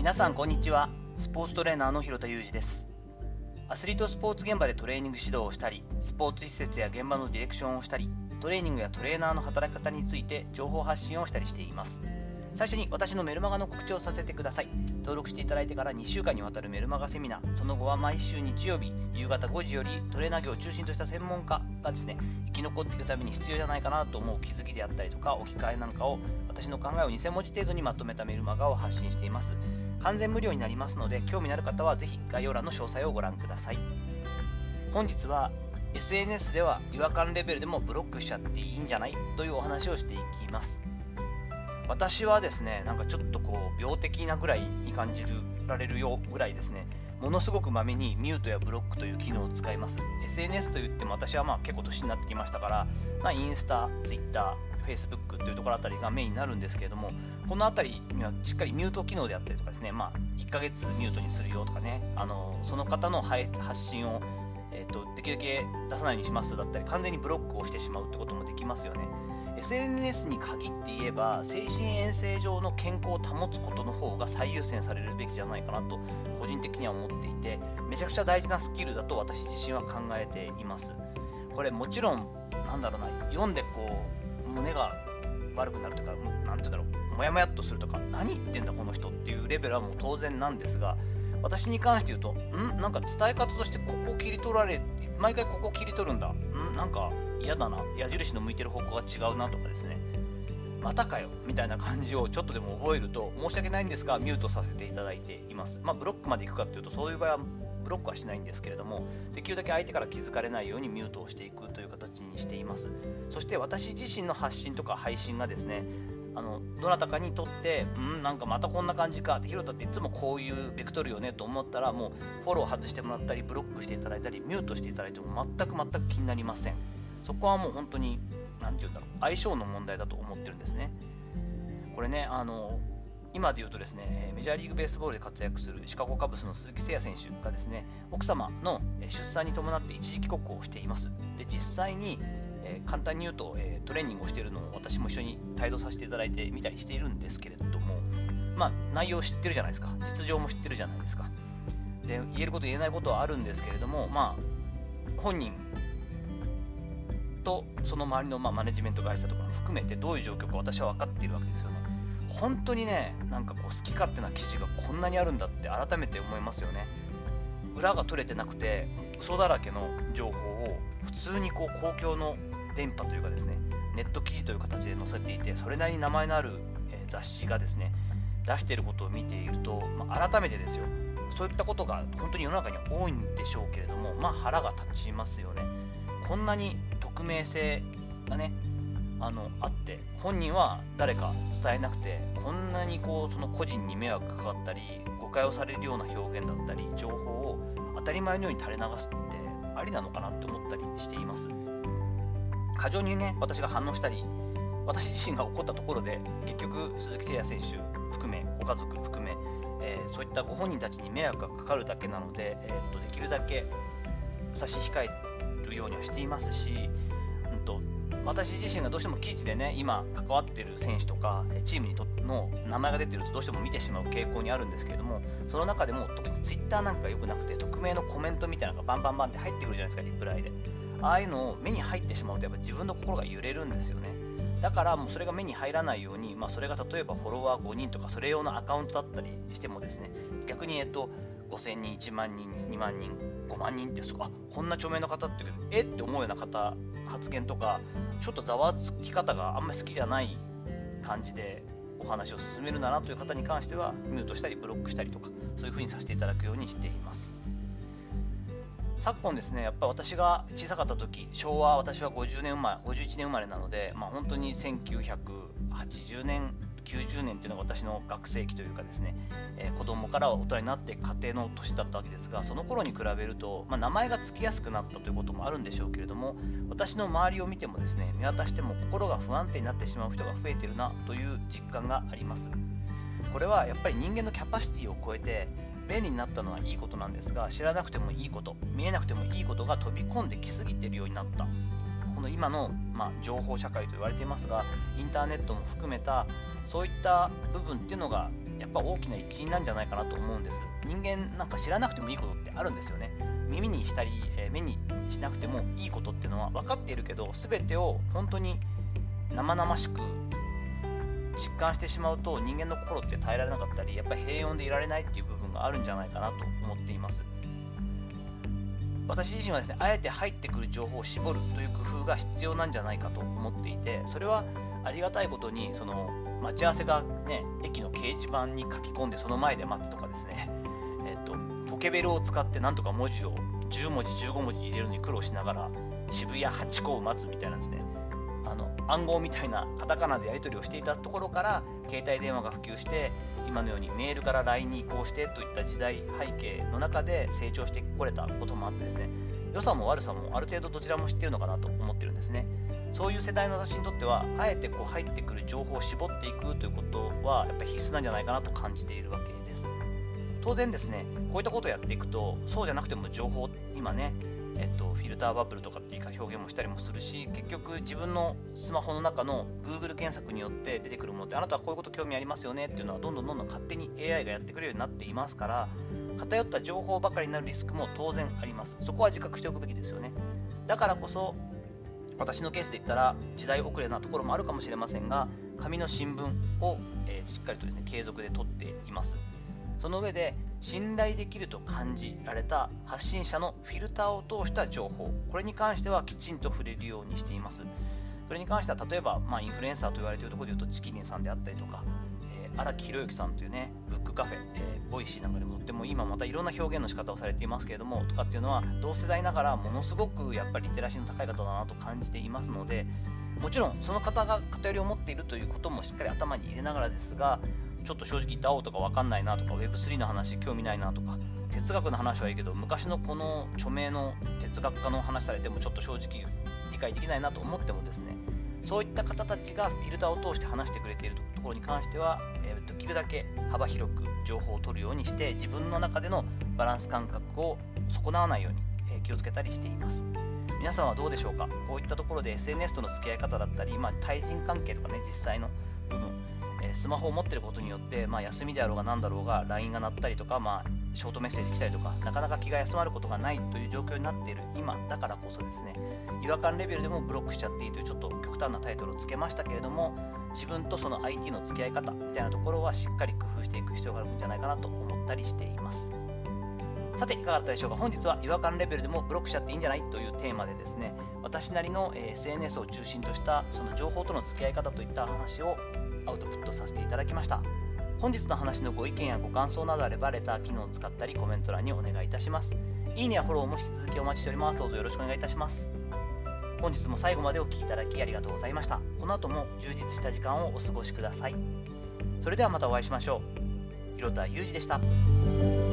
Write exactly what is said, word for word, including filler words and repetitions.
皆さんこんにちは。スポーツトレーナーの広田裕二です。アスリートスポーツ現場でトレーニング指導をしたり、スポーツ施設や現場のディレクションをしたり、トレーニングやトレーナーの働き方について情報発信をしたりしています。最初に私のメルマガの告知をさせてください。登録していただいてからにしゅうかんにわたるメルマガセミナー、その後は毎週日曜日夕方ごじよりトレーナー業を中心とした専門家がですね、生き残っていくために必要じゃないかなと思う気づきであったりとか置き換えなんかを、私の考えをにせんもじ程度にまとめたメルマガを発信しています。完全無料になりますので、興味のある方はぜひ概要欄の詳細をご覧ください。本日は エスエヌエス では違和感レベルでもブロックしちゃっていいんじゃないというお話をしていきます。私はですね、なんかちょっとこう病的なぐらいに感じられるよぐらいですね、ものすごくまめにミュートやブロックという機能を使います。 エスエヌエス といっても私はまあ結構年になってきましたから、まあ、インスタ、ツイッター、フェイスブックというところあたりがメインになるんですけれども、このあたりにはしっかりミュート機能であったりとかですね、まあ、いっかげつミュートにするよとかね、あのその方の発信を、えーと、できるだけ出さないようにしますだったり、完全にブロックをしてしまうってこともできますよね。エスエヌエス に限って言えば、精神衛生上の健康を保つことの方が最優先されるべきじゃないかなと個人的には思っていて、めちゃくちゃ大事なスキルだと私自身は考えています。これもちろんなんだろうな、読んでこう胸が悪くなるというか、なんていうんだろう、もやもやっとするとか、何言ってんだこの人っていうレベルはもう当然なんですが、私に関して言うと、んなんか伝え方としてここを切り取られ、毎回ここを切り取るんだ、んなんか嫌だな、矢印の向いてる方向が違うなとかですね、またかよみたいな感じをちょっとでも覚えると、申し訳ないんですがミュートさせていただいています。まあブロックまでいくかというと、そういう場合はブロックはしないんですけれども、できるだけ相手から気づかれないようにミュートをしていくという形にしています。そして私自身の発信とか配信がですね、あのどなたかにとってんなんかまたこんな感じかって、広田っていつもこういうベクトルよねと思ったら、もうフォロー外してもらったりブロックしていただいたりミュートしていただいても全く全く気になりません。そこはもう本当に何て言うんだろう、相性の問題だと思ってるんですね。これね、あの今で言うとですね、メジャーリーグベースボールで活躍するシカゴカブスの鈴木誠也選手がですね、奥様の出産に伴って一時帰国をしています。で、実際に、えー、簡単に言うと、えー、トレーニングをしているのを私も一緒に帯同させていただいてみたりしているんですけれども、まあ内容を知ってるじゃないですか、実情も知ってるじゃないですか。で、言えること言えないことはあるんですけれども、まあ本人とその周りのまあマネジメント会社とかも含めてどういう状況か私は分かっているわけですよね。本当にね、なんかこう好き勝手な記事がこんなにあるんだって改めて思いますよね。裏が取れてなくて嘘だらけの情報を普通にこう公共の電波というかですね、ネット記事という形で載せていて、それなりに名前のある雑誌がですね出していることを見ていると、まあ、改めてですよ、そういったことが本当に世の中には多いんでしょうけれども、まあ腹が立ちますよね。こんなに匿名性がねあのあって、本人は誰か伝えなくて、こんなにこうその個人に迷惑かかったり誤解をされるような表現だったり情報を当たり前のように垂れ流すってありなのかなって思ったりしています。過剰にね私が反応したり、私自身が怒ったところで結局鈴木誠也選手含めご家族含め、えー、そういったご本人たちに迷惑がかかるだけなので、えー、とできるだけ差し控えるようにはしていますし、うんと私自身がどうしても記事でね、今関わっている選手とかチームにとの名前が出ているとどうしても見てしまう傾向にあるんですけれども、その中でも特にツイッターなんかが良くなくて、匿名のコメントみたいなのがバンバンバンって入ってくるじゃないですか、リプライで。ああいうのを目に入ってしまうとやっぱ自分の心が揺れるんですよね。だからもうそれが目に入らないように、まあ、それが例えばフォロワーごにんとかそれ用のアカウントだったりしてもですね、逆にえっとごせんにん、いちまんにん、にまんにん、ごまんにんって、あ、こんな著名な方ってえって思うような方発言とか、ちょっとざわつき方があんまり好きじゃない感じでお話を進めるならという方に関してはミュートしたりブロックしたりとか、そういう風にさせていただくようにしています。昨今ですね、やっぱ私が小さかった時、昭和、私はごじゅうねん生まれ、ごじゅういちねん生まれなので、まあ、本当にせんきゅうひゃくはちじゅうねん、きゅうじゅうねんというのが私の学生期というかですね、えー、子供から大人になって家庭の年だったわけですが、その頃に比べると、まあ、名前がつきやすくなったということもあるんでしょうけれども、私の周りを見てもですね、見渡しても心が不安定になってしまう人が増えているなという実感があります。これはやっぱり人間のキャパシティを超えて便利になったのはいいことなんですが、知らなくてもいいこと、見えなくてもいいことが飛び込んできすぎているようになった。この今の、まあ、情報社会と言われていますが、インターネットも含めたそういった部分っていうのがやっぱ大きな一因なんじゃないかなと思うんです。人間なんか知らなくてもいいことってあるんですよね。耳にしたり、えー目にしなくてもいいことっていうのは分かっているけど、全てを本当に生々しく実感してしまうと人間の心って耐えられなかったり、やっぱり平穏でいられないっていう部分があるんじゃないかなと思っています。私自身はですね、あえて入ってくる情報を絞るという工夫が必要なんじゃないかと思っていて、それはありがたいことに、その待ち合わせがね、駅の掲示板に書き込んでその前で待つとかですね、えっと、ポケベルを使ってなんとか文字をじゅうもじじゅうごもじ入れるのに苦労しながら渋谷ハチ公を待つみたいなんですね。あの暗号みたいなカタカナでやり取りをしていたところから携帯電話が普及して、今のようにメールから ライン に移行してといった時代背景の中で成長してこれたこともあってですね、良さも悪さもある程度どちらも知っているのかなと思ってるんですね。そういう世代の私にとっては、あえてこう入ってくる情報を絞っていくということはやっぱり必須なんじゃないかなと感じているわけです。当然ですね、こういったことをやっていくと、そうじゃなくても情報、今ね、えっと、フィルターバブルとかっていうか表現もしたりもするし、結局自分のスマホの中の Google 検索によって出てくるものって、あなたはこういうこと興味ありますよねっていうのはどんどんどんどん勝手に エーアイ がやってくれるようになっていますから、偏った情報ばかりになるリスクも当然あります。そこは自覚しておくべきですよね。だからこそ私のケースで言ったら時代遅れなところもあるかもしれませんが、紙の新聞を、えーしっかりとですね継続で取っています。その上で信頼できると感じられた発信者のフィルターを通した情報、これに関してはきちんと触れるようにしています。それに関しては例えば、まあ、インフルエンサーと言われているところで言うとチキリンさんであったりとか、えー荒木宏之さんというねブックカフェ、えーボイシーなんかでもとっても今またいろんな表現の仕方をされていますけれどもとかっていうのは、同世代ながらものすごくやっぱりリテラシーの高い方だなと感じていますので、もちろんその方が偏りを持っているということもしっかり頭に入れながらですが、ちょっと正直言って ダオ とか分かんないなとか ウェブスリー の話興味ないなとか、哲学の話はいいけど昔のこの著名の哲学家の話されてもちょっと正直理解できないなと思ってもですね、そういった方たちがフィルターを通して話してくれているところに関しては、えー、できるだけ幅広く情報を取るようにして、自分の中でのバランス感覚を損なわないように、えー気をつけたりしています。皆さんはどうでしょうか。こういったところで エスエヌエス との付き合い方だったり、まあ、対人関係とかね、実際の部分、えースマホを持っていることによって、まあ、休みであろうが何だろうが ライン が鳴ったりとか、まあ、ショートメッセージ来たりとか、なかなか気が休まることがないという状況になっている今だからこそですね、違和感レベルでもブロックしちゃっていいというちょっと極端なタイトルをつけましたけれども、自分とその アイティー の付き合い方みたいなところはしっかり工夫していく必要があるんじゃないかなと思ったりしています。さていかがだったでしょうか。本日は違和感レベルでもブロックしちゃっていいんじゃないというテーマでですね、私なりの エスエヌエス を中心としたその情報との付き合い方といった話をアウトプットさせていただきました。本日の話のご意見やご感想などあればレター機能を使ったりコメント欄にお願いいたします。いいねやフォローも引き続きお待ちしております。どうぞよろしくお願いいたします。本日も最後までお聞きいただきありがとうございました。この後も充実した時間をお過ごしください。それではまたお会いしましょう。広田裕二でした。